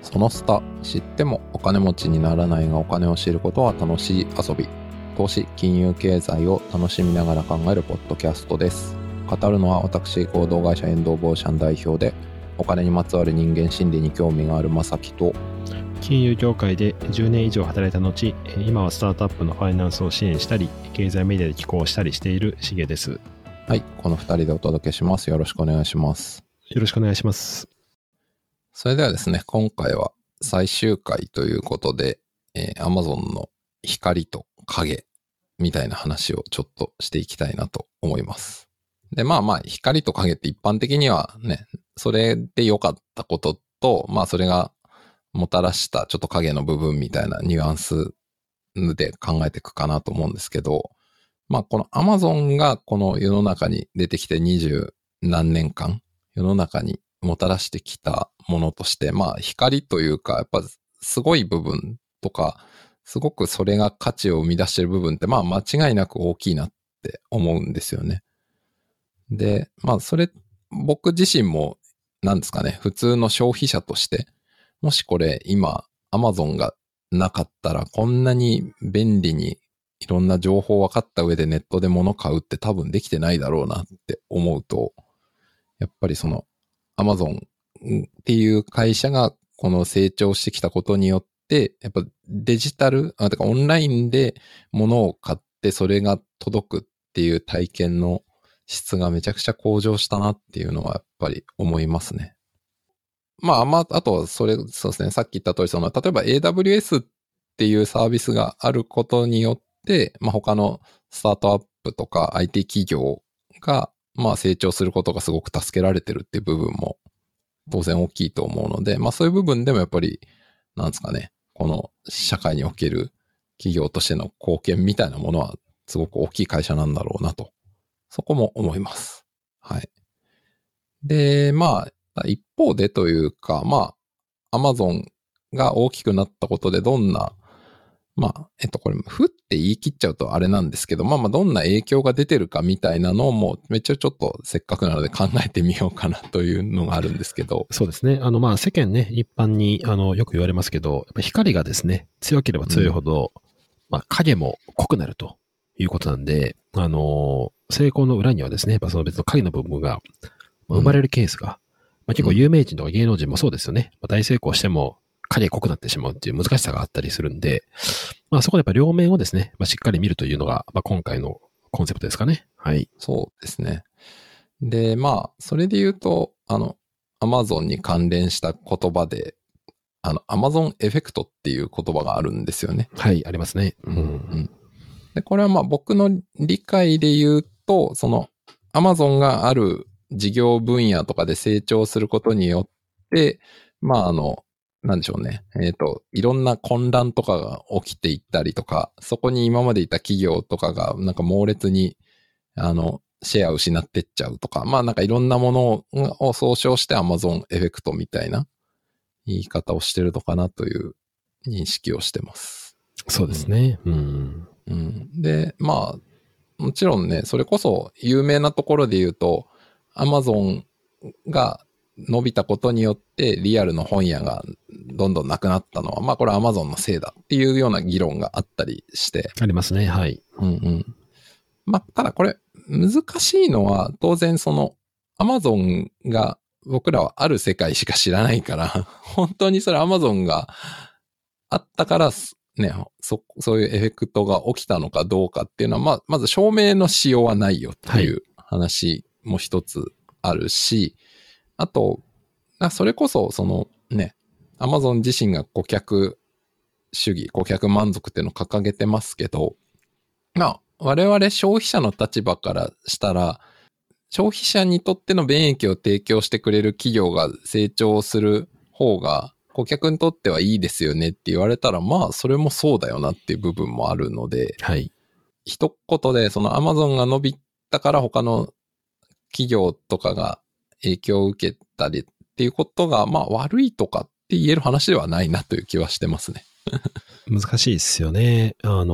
そのスタ、知ってもお金持ちにならないがお金を知ることは楽しい遊び。投資、金融経済を楽しみながら考えるポッドキャストです。語るのは私、合同会社エンドーボーシャン代表で、お金にまつわる人間心理に興味がある正樹と、 金融業界で10年以上働いた後、今はスタートアップのファイナンスを支援したり、経済メディアで寄稿したりしているしげです。 はい、この2人でお届けします。よろしくお願いします。 よろしくお願いします。 それではですね、今回は最終回ということで、Amazon の光と影みたいな話をちょっとしていきたいなと思います。で、光と影って一般的にはね、それで良かったことと、それがもたらしたちょっと影の部分みたいなニュアンスで考えていくかなと思うんですけど、この Amazon がこの世の中に出てきて20何年間、世の中にもたらしてきたものとして、光というか、やっぱすごい部分とか、すごくそれが価値を生み出してる部分って、間違いなく大きいなって思うんですよね。で、それ、僕自身も、なんですかね、普通の消費者として、もしこれ今、Amazon がなかったら、こんなに便利にいろんな情報分かった上でネットで物買うって多分できてないだろうなって思うと、やっぱりその、Amazon っていう会社がこの成長してきたことによって、やっぱデジタル、てかオンラインで物を買ってそれが届くっていう体験の質がめちゃくちゃ向上したなっていうのはやっぱり思いますね。あとそうですね、さっき言った通り、例えば AWS っていうサービスがあることによって、他のスタートアップとか IT 企業が成長することがすごく助けられてるっていう部分も当然大きいと思うので、そういう部分でもやっぱり、なんですかね、この社会における企業としての貢献みたいなものはすごく大きい会社なんだろうなと、そこも思います。はい。で、一方でというか、Amazon が大きくなったことでどんな、これ、ふって言い切っちゃうとあれなんですけど、どんな影響が出てるかみたいなのをもうめっちゃちょっとせっかくなので考えてみようかなというのがあるんですけど。 そうですね。世間ね、一般に、よく言われますけど、やっぱ光がですね、強ければ強いほど、影も濃くなるということなんで、成功の裏にはですね、やっぱその別の影の部分が生まれるケースが、結構有名人とか芸能人もそうですよね。大成功しても影濃くなってしまうっていう難しさがあったりするんで、そこでやっぱ両面をですね、しっかり見るというのが、今回のコンセプトですかね。はい。 そうですね。で、それで言うと、Amazon に関連した言葉で、Amazon エフェクトっていう言葉があるんですよね。 はい、ありますね。うん。 で、これは僕の理解で言うと、Amazon がある事業分野とかで成長することによって、なんでしょうね。いろんな混乱とかが起きていったりとか、そこに今までいた企業とかがなんか猛烈に、シェア失ってっちゃうとか、なんかいろんなものを総称して Amazon エフェクトみたいな言い方をしてるのかなという認識をしてます。 そうですね。 で、もちろんね、それこそ有名なところで言うと、Amazon が伸びたことによってリアルの本屋がどんどんなくなったのは、これは Amazon のせいだっていうような議論があったりして。 ありますね。はい。 ただこれ難しいのは当然Amazon が僕らはある世界しか知らないから本当にそれ Amazon があったからね、そういうエフェクトが起きたのかどうかっていうのはまず証明のしようはないよっていう話も一つあるし、あとそれこそAmazon 自身が顧客主義、顧客満足っていうのを掲げてますけど、我々消費者の立場からしたら、消費者にとっての便益を提供してくれる企業が成長する方が、顧客にとってはいいですよねって言われたら、それもそうだよなっていう部分もあるので、 はい。 一言で、Amazon が伸びたから他の企業とかが影響を受けたりっていうことが、悪いとかって言える話ではないなという気はしてますね。 難しいですよね。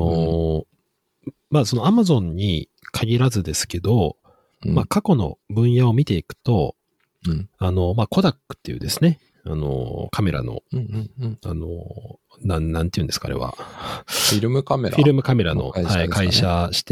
その Amazon に限らずですけど、過去の分野を見ていくと、コダックっていうですね、 カメラの、 うんうんうん。 なんていうんですか、あれは。 フィルムカメラフィルムカメラの、 の会社ですかね。 会社して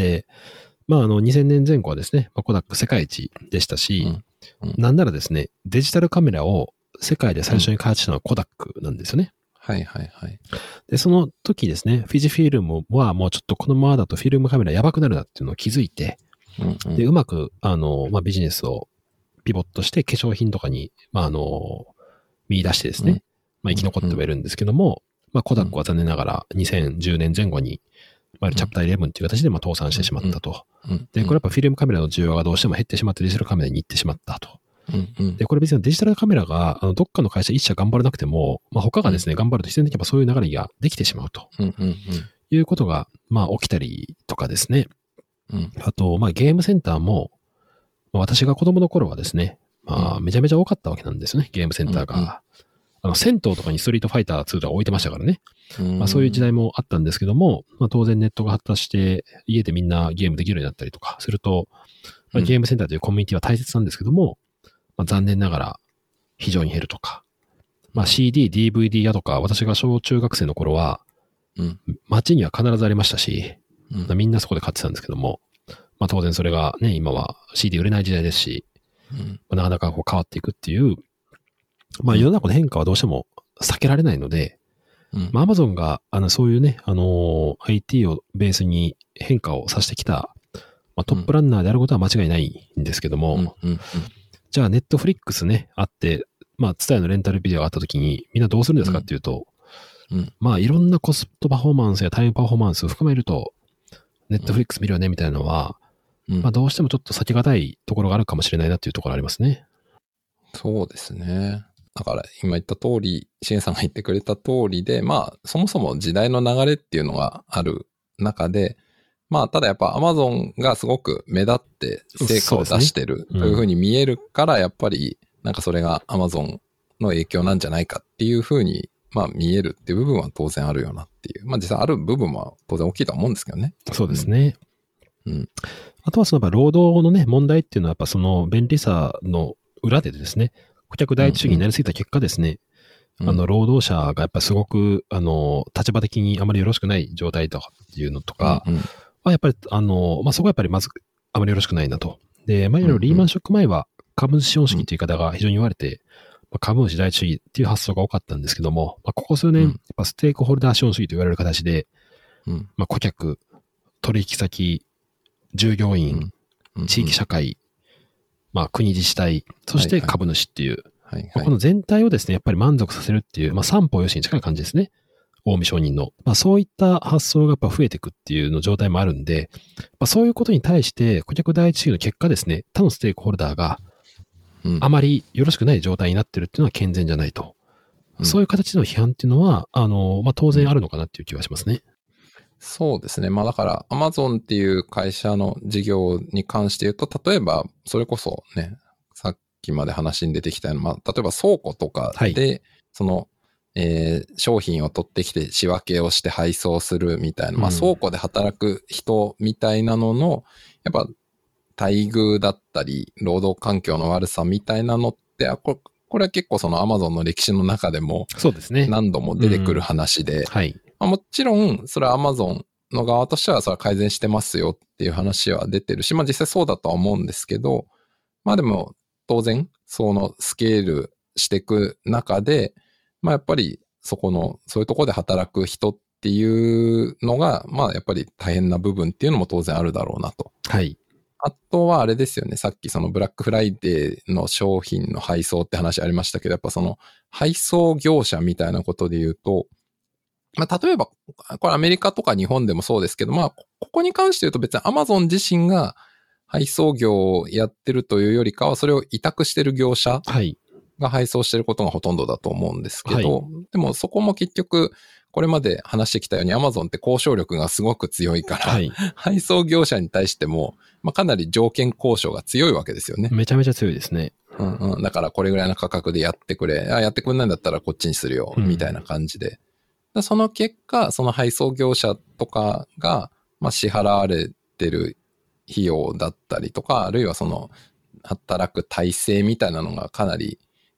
、2000年前後はですね、コダック世界一でしたし、 うんなんならですね、デジタルカメラを世界で最初に開発したのはコダックなんですよね。 はいはいはい。 で、その時ですね、フィジフィルムはもうちょっとこのままだとフィルムカメラやばくなるなっていうのを気づいて、で、うまく、ビジネスをピボットして化粧品とかに、見出してですね、生き残ってはいるんですけども、コダックは残念ながら2010年前後に、チャプター11っていう形で倒産してしまったと。で、これやっぱフィルムカメラの需要がどうしても減ってしまってデジタルカメラに行ってしまったと。で、これ別にデジタルカメラが、どっかの会社一社頑張らなくても、他がですね、頑張ると必然的にそういう流れができてしまうと。いうことが、起きたりとかですね。あと、ゲームセンターも、私が子供の頃はですね、めちゃめちゃ多かったわけなんですよね、ゲームセンターが。銭湯とかにストリートファイター2とか置いてましたからね。そういう時代もあったんですけども、当然ネットが発達して家でみんなゲームできるようになったりとかすると、ゲームセンターというコミュニティは大切なんですけども、残念ながら非常に減るとか。CD、DVD 屋とか、私が小中学生の頃は、街には必ずありましたし、みんなそこで買ってたんですけども、当然それがね、今は CD 売れない時代ですし、なかなか変わっていくっていう、世の中の変化はどうしても避けられないので、Amazon が、そういうね、IT をベースに変化をさせてきた、トップランナーであることは間違いないんですけども、じゃあ、Netflix ね、あって、TSUTAYAのレンタルビデオがあった時に、みんなどうするんですかっていうと、いろんなコストパフォーマンスやタイムパフォーマンスを含めると、Netflix 見るよね、みたいなのは、どうしてもちょっと避けがたいところがあるかもしれないなっていうところありますね。 そうですね。だから今言った通り、シエンさんが言ってくれた通りで、そもそも時代の流れっていうのがある中で、ただやっぱ Amazon がすごく目立って成果を出してるというふうに見えるから、やっぱりなんかそれが Amazon の影響なんじゃないかっていうふうに、見えるっていう部分は当然あるよなっていう。実際ある部分は当然大きいとは思うんですけどね。 そうですね。あとはそのやっぱ労働のね、問題っていうのはやっぱその便利さの裏でですね、顧客第一主義になりすぎた結果ですね、労働者がやっぱすごく、立場的にあまりよろしくない状態とかっていうのとか、やっぱり、そこはやっぱりまずあまりよろしくないなと。で、前のリーマンショック前は株主資本主義という言い方が非常に言われて、株主第一主義っていう発想が多かったんですけども、ここ数年、やっぱステークホルダー資本主義と言われる形で、顧客、取引先、従業員、地域社会、国自治体、そして株主っていう、この全体をですね、やっぱり満足させるっていう、三方よしに近い感じですね。近江商人の。そういった発想がやっぱ増えていくっていうの状態もあるんで、そういうことに対して顧客第一主義の結果ですね、他のステークホルダーがあまりよろしくない状態になってるっていうのは健全じゃないと。そういう形の批判っていうのは、当然あるのかなっていう気はしますね。 そうですね。だから、Amazon っていう会社の事業に関して言うと、例えば、それこそね、さっきまで話に出てきたような、例えば倉庫とかで、その、商品を取ってきて仕分けをして配送するみたいな、倉庫で働く人みたいなのの、やっぱ、待遇だったり、労働環境の悪さみたいなのって、これは結構その Amazon の歴史の中でも、 そうですね。 何度も出てくる話で、もちろん、それは Amazon の側としてはそれは改善してますよっていう話は出てるし、実際そうだとは思うんですけど、でも当然、そのスケールしていく中で、やっぱりそういうところで働く人っていうのが、やっぱり大変な部分っていうのも当然あるだろうなと。あとはあれですよね、さっきそのブラックフライデーの商品の配送って話ありましたけど、やっぱその配送業者みたいなことで言うと、例えば、これアメリカとか日本でもそうですけど、ここに関して言うと別に Amazon 自身が配送業をやってるというよりかは、それを委託してる業者が配送してることがほとんどだと思うんですけど、でもそこも結局、これまで話してきたように Amazon って交渉力がすごく強いから、配送業者に対しても、かなり条件交渉が強いわけですよね。 めちゃめちゃ強いですね。 だからこれぐらいの価格でやってくれ。やってくんないんだったらこっちにするよ。みたいな感じで。その結果、その配送業者とかが、支払われてる費用だったりとか、あるいはその働く体制みたいなのがかなり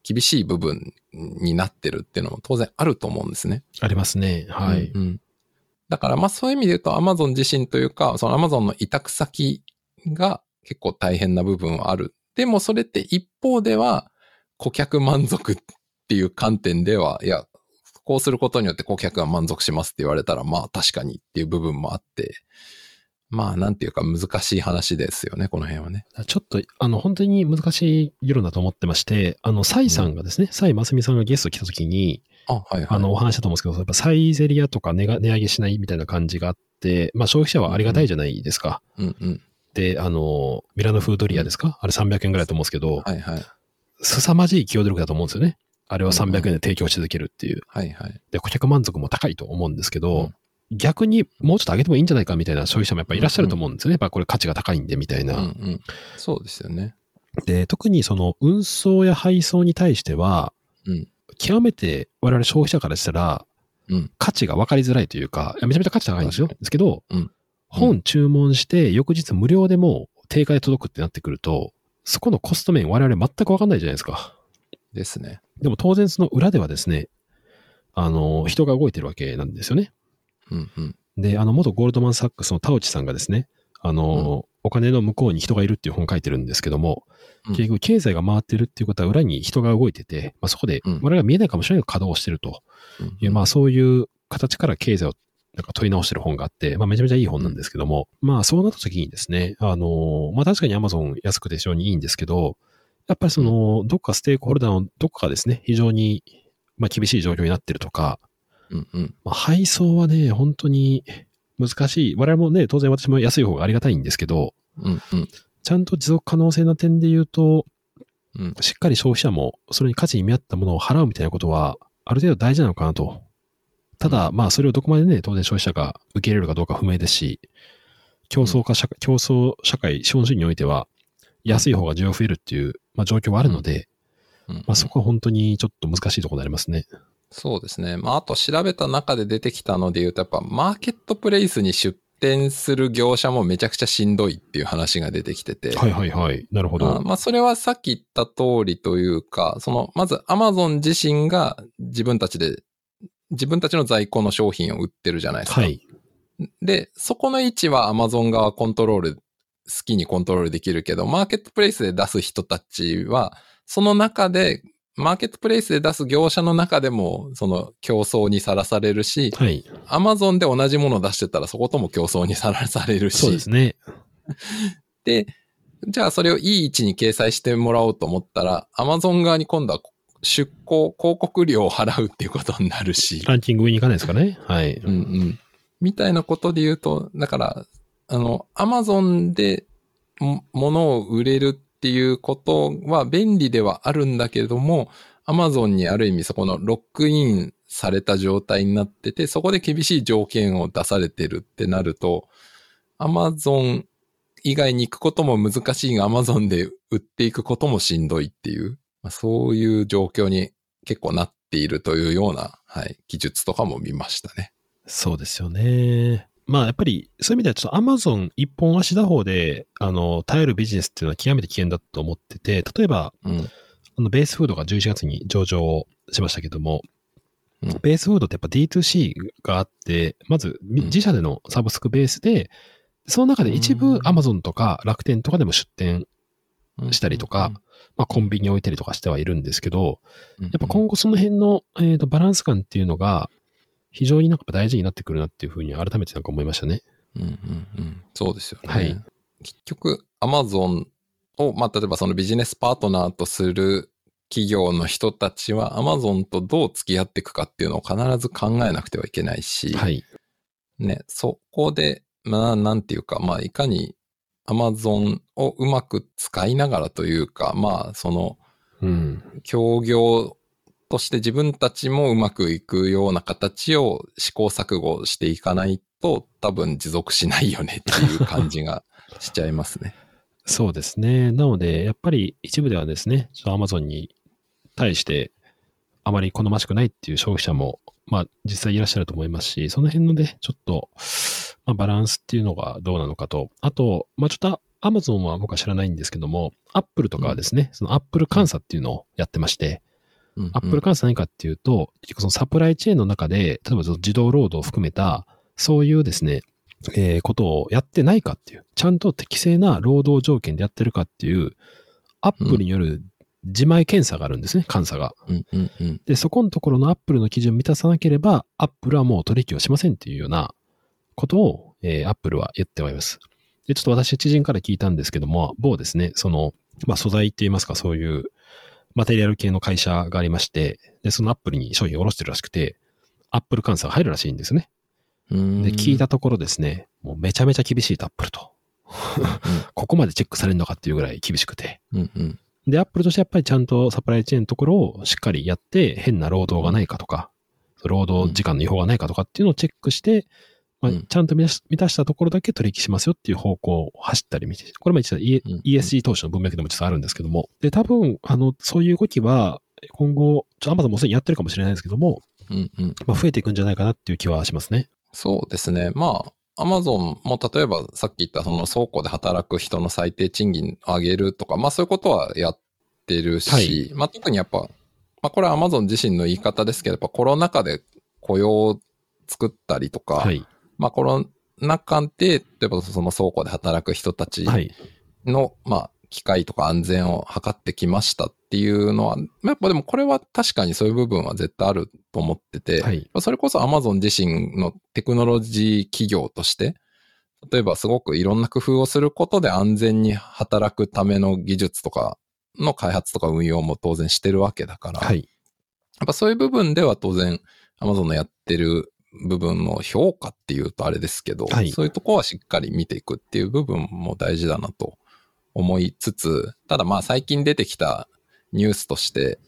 厳しい部分になってるっていうのも当然あると思うんですね。 ありますね。はい。 うんうん、だからまあそういう意味で言うと Amazon 自身というか、その Amazon の委託先が結構大変な部分はある。でもそれって一方では顧客満足っていう観点では、いや、こうすることによって顧客が満足しますって言われたら、まあ確かにっていう部分もあって、まあなんていうか難しい話ですよね、この辺はね。 ちょっと、本当に難しい議論だと思ってまして、サイさんがですね、サイマスミさんがゲスト来た時に、 はいはい。 お話したと思うんですけど、やっぱサイゼリアとか値上げしないみたいな感じがあって、まあ消費者はありがたいじゃないですか。 うんうん。 で、ミラノフードリアですか、あれ300円ぐらいだと思うんですけど、 はいはい。 凄まじい強力だと思うんですよね。あれを300円で提供し続けるっていう。 はいはい。 で、顧客満足も高いと思うんですけど、逆にもうちょっと上げてもいいんじゃないかみたいな消費者もやっぱりいらっしゃると思うんですよね。やっぱこれ価値が高いんでみたいな。 うんうん。そうですよね。 で、特にその運送や配送に対しては、極めて我々消費者からしたら、価値が分かりづらいというか、めちゃめちゃ価値高いんですよ。ですけど、本注文して翌日無料でも定価で届くってなってくると、そこのコスト面我々全く分かんないじゃないですか。 ですね。 でも当然その裏ではですね、人が動いてるわけなんですよね。で、元ゴールドマンサックスの田内さんがですね、お金の向こうに人がいるっていう本を書いてるんですけども、結局経済が回ってるっていうことは裏に人が動いてて、まあ、そこで我々が見えないかもしれないけど稼働してるという、まあそういう形から経済をなんか問い直してる本があって、まあめちゃめちゃいい本なんですけども、まあそうなった時にですね、まあ確かに Amazon 安くて非常にいいんですけど、やっぱりその、どっかステークホルダーのどっかですね、非常にまあ厳しい状況になってるとか、まあ、配送はね、本当に難しい。我々もね、当然私も安い方がありがたいんですけど、ちゃんと持続可能性の点で言うと、しっかり消費者もそれに価値に見合ったものを払うみたいなことは、ある程度大事なのかなと。ただ、まあ、それをどこまでね、当然消費者が受け入れるかどうか不明ですし、競争社会、資本主義においては、安い方が需要増えるっていう、まあ、状況はあるので、まあ、そこは本当にちょっと難しいところになりますね。 そうですね。まあ、あと調べた中で出てきたので言うと、やっぱマーケットプレイスに出店する業者もめちゃくちゃしんどいっていう話が出てきてて。 はいはいはい。なるほど。 まあ、それはさっき言った通りというか、まず Amazon 自身が自分たちの在庫の商品を売ってるじゃないですか。はい。で、そこの位置は Amazon 側好きにコントロールできるけど、マーケットプレイスで出す人たちは、その中で、マーケットプレイスで出す業者の中でも、その競争にさらされるし、はい。Amazon で同じものを出してたらそことも競争にさらされるし。 そうですね。 で、じゃあそれをいい位置に掲載してもらおうと思ったら、Amazon 側に今度は広告料を払うっていうことになるし。 ランキング上に行かないですかね。はい。 みたいなことで言うと、だから、Amazon で物を売れるっていうことは便利ではあるんだけれども、Amazon にある意味そこのロックインされた状態になってて、そこで厳しい条件を出されてるってなると、Amazon 以外に行くことも難しいが Amazon で売っていくこともしんどいっていう、そういう状況に結構なっているというような、はい、記述とかも見ましたね。 そうですよね。まあやっぱりそういう意味ではちょっと Amazon 一本足打法で耐えるビジネスっていうのは極めて危険だと思ってて、例えば、ベースフードが11月に上場しましたけども、ベースフードってやっぱ D2C があって、まず自社でのサブスクベースで、その中で一部 Amazon とか楽天とかでも出店したりとか、まあコンビニ置いたりとかしてはいるんですけど、やっぱ今後その辺の、バランス感っていうのが非常になんか大事になってくるなっていうふうに改めてなんか思いましたね。 そうですよね。 はい。 結局 Amazon を、まあ例えばそのビジネスパートナーとする企業の人たちは Amazon とどう付き合っていくかっていうのを必ず考えなくてはいけないし、 はい。 ね、そこで、まあなんていうか、まあいかに Amazon をうまく使いながらというか、まあその、協業として自分たちもうまくいくような形を試行錯誤していかないと多分持続しないよねっていう感じがしちゃいますね。 そうですね。なので、やっぱり一部ではですね、Amazon に対してあまり好ましくないっていう消費者も、まあ実際いらっしゃると思いますし、その辺のね、ちょっと、まあ、バランスっていうのがどうなのかと、あと、まあちょっと Amazon は僕は知らないんですけども、Apple とかはですね、その Apple 監査っていうのをやってまして、 アップル監査は何かっていうと、結構そのサプライチェーンの中で、例えばその自動労働を含めた、そういうですね、ことをやってないかっていう、ちゃんと適正な労働条件でやってるかっていう、アップルによる自前検査があるんですね、監査が。で、そこのところのアップルの基準を満たさなければ、アップルはもう取引をしませんっていうようなことを、アップルは言っております。で、ちょっと私、知人から聞いたんですけども、某ですね、その、素材って言いますか、そういうマテリアル系の会社がありまして、で、そのアップルに商品を卸してるらしくて、アップル監査が入るらしいんですね。で、聞いたところですね、もうめちゃめちゃ厳しいとアップルと。ここまでチェックされるのかっていうぐらい厳しくて。で、アップルとしてやっぱりちゃんとサプライチェーンのところをしっかりやって、変な労働がないかとか、労働時間の違法がないかとかっていうのをチェックして、ちゃんと満たしたところだけ取引しますよっていう方向を走ったり見て、これも一応 ESG 投資の文脈でも実はあるんですけども、で、多分、そういう動きは、今後、Amazon もすでにやってるかもしれないですけども、増えていくんじゃないかなっていう気はしますね。 そうですね。Amazon も例えばさっき言ったその倉庫で働く人の最低賃金を上げるとか、そういうことはやってるし、特にやっぱ、これは Amazon 自身の言い方ですけど、やっぱコロナ禍で雇用を作ったりとか、コロナ禍で、例えばその倉庫で働く人たちの、機会とか安全を図ってきましたっていうのは、やっぱでもこれは確かにそういう部分は絶対あると思ってて、それこそ Amazon 自身のテクノロジー企業として、例えばすごくいろんな工夫をすることで安全に働くための技術とかの開発とか運用も当然してるわけだから、やっぱそういう部分では当然 Amazon のやってる部分の評価っていうとあれですけど、そういうとこはしっかり見ていくっていう部分も大事だなと思いつつ、ただ最近出てきたニュースとして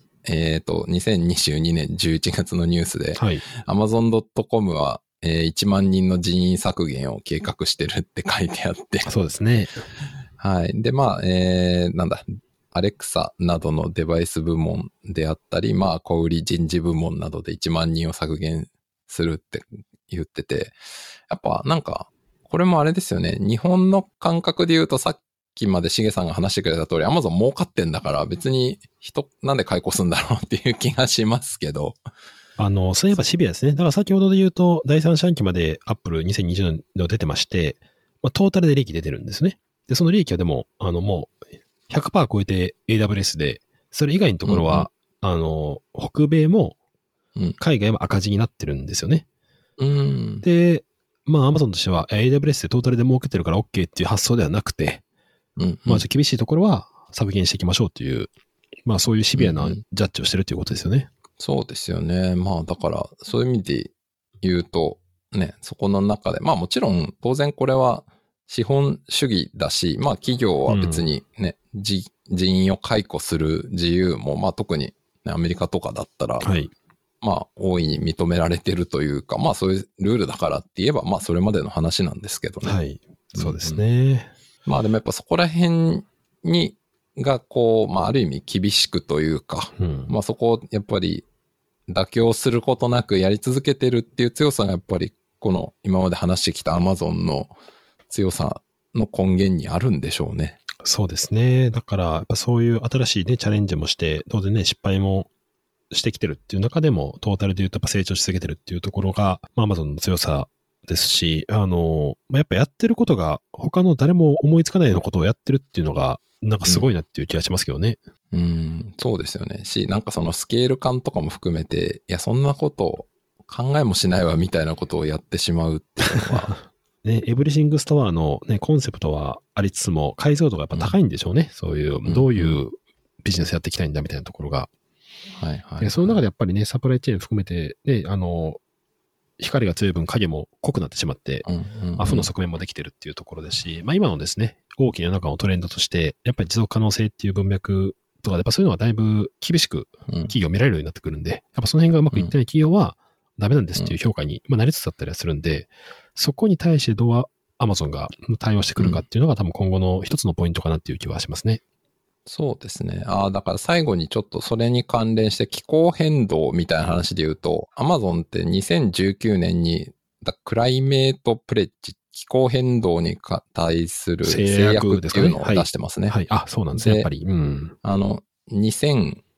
、2022年11月のニュースで、Amazon.com は、1万人の人員削減を計画してるって書いてあって。 そうですね。 はい。で、アレクサなどのデバイス部門であったり、小売人事部門などで1万人を削減するって言ってて、やっぱこれもあれですよね。日本の感覚で言うとさっきまでしげさんが話してくれた通り、Amazon 儲かってんだから別に人なんで解雇するんだろうっていう気がしますけど。 そういえばシビアですね。だから先ほどで言うと、第三四半期まで Apple 2020年で出てまして、トータルで利益出てるんですね。で、その利益はでも、もう 100% 超えて AWS で、それ以外のところは、北米も海外も赤字になってるんですよね。で、Amazon としては AWS でトータルで儲けてるから OK っていう発想ではなくて、厳しいところは削減していきましょうという、そういうシビアなジャッジをしてるということですよね。 そうですよね。だから、そういう意味で言うと、ね、そこの中で、もちろん、当然これは資本主義だし、企業は別にね、人員を解雇する自由も、特に、ね、アメリカとかだったら、大いに認められてるというか、そういうルールだからって言えば、それまでの話なんですけどね。 そうですね。 でもやっぱそこら辺がある意味厳しくというか、そこをやっぱり妥協することなくやり続けてるっていう強さがやっぱりこの今まで話してきた Amazon の強さの根源にあるんでしょうね。 そうですね。だからやっぱそういう新しいね、チャレンジもして、当然ね、失敗もしてきてるっていう中でも、トータルで言うとやっぱ成長し続けてるっていうところが、Amazon の強さですし、やっぱやってることが他の誰も思いつかないようなことをやってるっていうのが、すごいなっていう気がしますけどね。 そうですよね。そのスケール感とかも含めて、いや、そんなこと考えもしないわみたいなことをやってしまうっていうのは。 ね、エブリシングストアのね、コンセプトはありつつも、解像度がやっぱ高いんでしょうね。そういう、どういうビジネスやっていきたいんだみたいなところが。その中でやっぱりね、サプライチェーン含めて、ね、光が強い分影も濃くなってしまって、負の側面もできてるっていうところですし、今のですね、大きな中のトレンドとして、やっぱり持続可能性っていう文脈とかで、やっぱそういうのはだいぶ厳しく企業見られるようになってくるんで、やっぱその辺がうまくいってない企業はダメなんですっていう評価になりつつあったりはするんで、そこに対してどうAmazon が対応してくるかっていうのが多分今後の一つのポイントかなっていう気はしますね。 そうですね。だから最後にちょっとそれに関連して気候変動みたいな話で言うと、Amazon って2019年にクライメートプレッジ、気候変動に対する制約っていうのを出してますね。 そうなんですね、やっぱり。 2040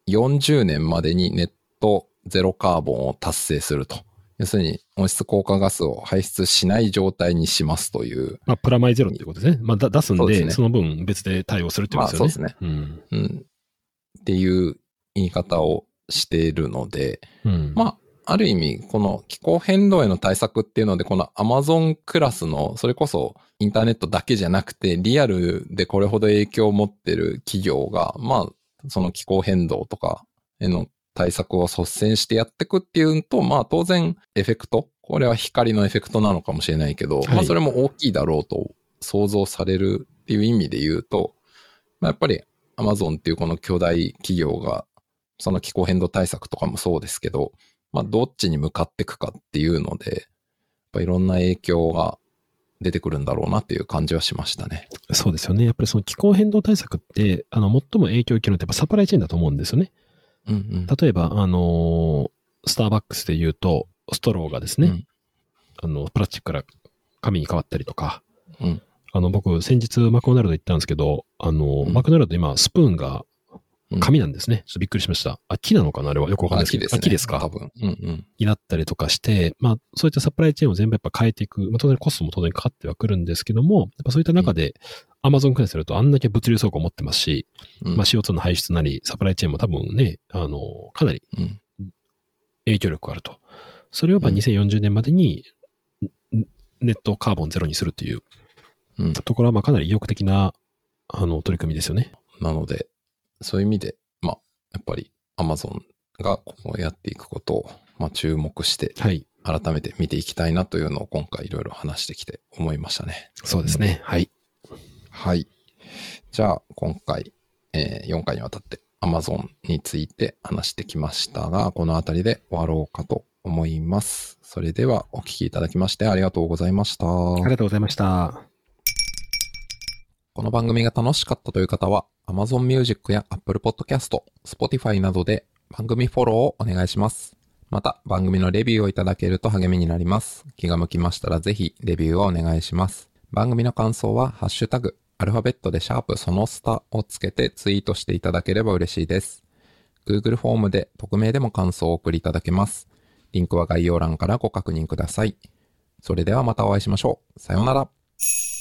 2040年までにネットゼロカーボンを達成すると。要するに温室効果ガスを排出しない状態にしますという。 まあ、プラマイゼロっていうことですね。まあ、出すんで、 ね、 その分別で対応するってことですよね。 まあそうですね。うん。っていう言い方をしているので、まあ、ある意味、この気候変動への対策っていうので、この Amazon クラスの、それこそインターネットだけじゃなくて、リアルでこれほど影響を持ってる企業が、まあ、その気候変動とかへの対策を率先してやっていくっていうと、まあ当然エフェクト、これは光のエフェクトなのかもしれないけど、まあそれも大きいだろうと想像されるっていう意味で言うと、まあやっぱり Amazon っていうこの巨大企業が、その気候変動対策とかもそうですけど、まあどっちに向かっていくかっていうので、やっぱいろんな影響が出てくるんだろうなっていう感じはしましたね。 そうですよね。やっぱりその気候変動対策って、最も影響を受けるのってやっぱサプライチェーンだと思うんですよね。例えば、スターバックスで言うと、ストローがですね、プラスチックから紙に変わったりとか、僕、先日マクドナルド行ったんですけど、マクドナルド今、スプーンが紙なんですね。ちょっとびっくりしました。木なのかなあれはよくわかんないですけど。木ですか。 多分。 になったりとかして、まあ、そういったサプライチェーンを全部やっぱ変えていく。まあ、当然コストも当然かかってはくるんですけども、やっぱそういった中で、アマゾンくらいするとあんだけ物流倉庫を持ってますし、まあ CO2 の排出なり、サプライチェーンも多分ね、かなり影響力があると。それを2040年までにネットカーボンゼロにするというところは、まあかなり意欲的な取り組みですよね。 なので、そういう意味で、まあ、やっぱり Amazon がここをやっていくことを、まあ、注目して、改めて見ていきたいなというのを今回いろいろ話してきて思いましたね。 そうですね。はい。 はい。じゃあ、今回、4回にわたって Amazon について話してきましたが、このあたりで終わろうかと思います。それではお聞きいただきましてありがとうございました。 ありがとうございました。 この番組が楽しかったという方は、Amazon Music や Apple Podcast、Spotify などで番組フォローをお願いします。また、番組のレビューをいただけると励みになります。気が向きましたらぜひレビューをお願いします。番組の感想は、ハッシュタグ、アルファベットでシャープそのスタをつけてツイートしていただければ嬉しいです。Google フォームで匿名でも感想をお送りいただけます。リンクは概要欄からご確認ください。それではまたお会いしましょう。さようなら。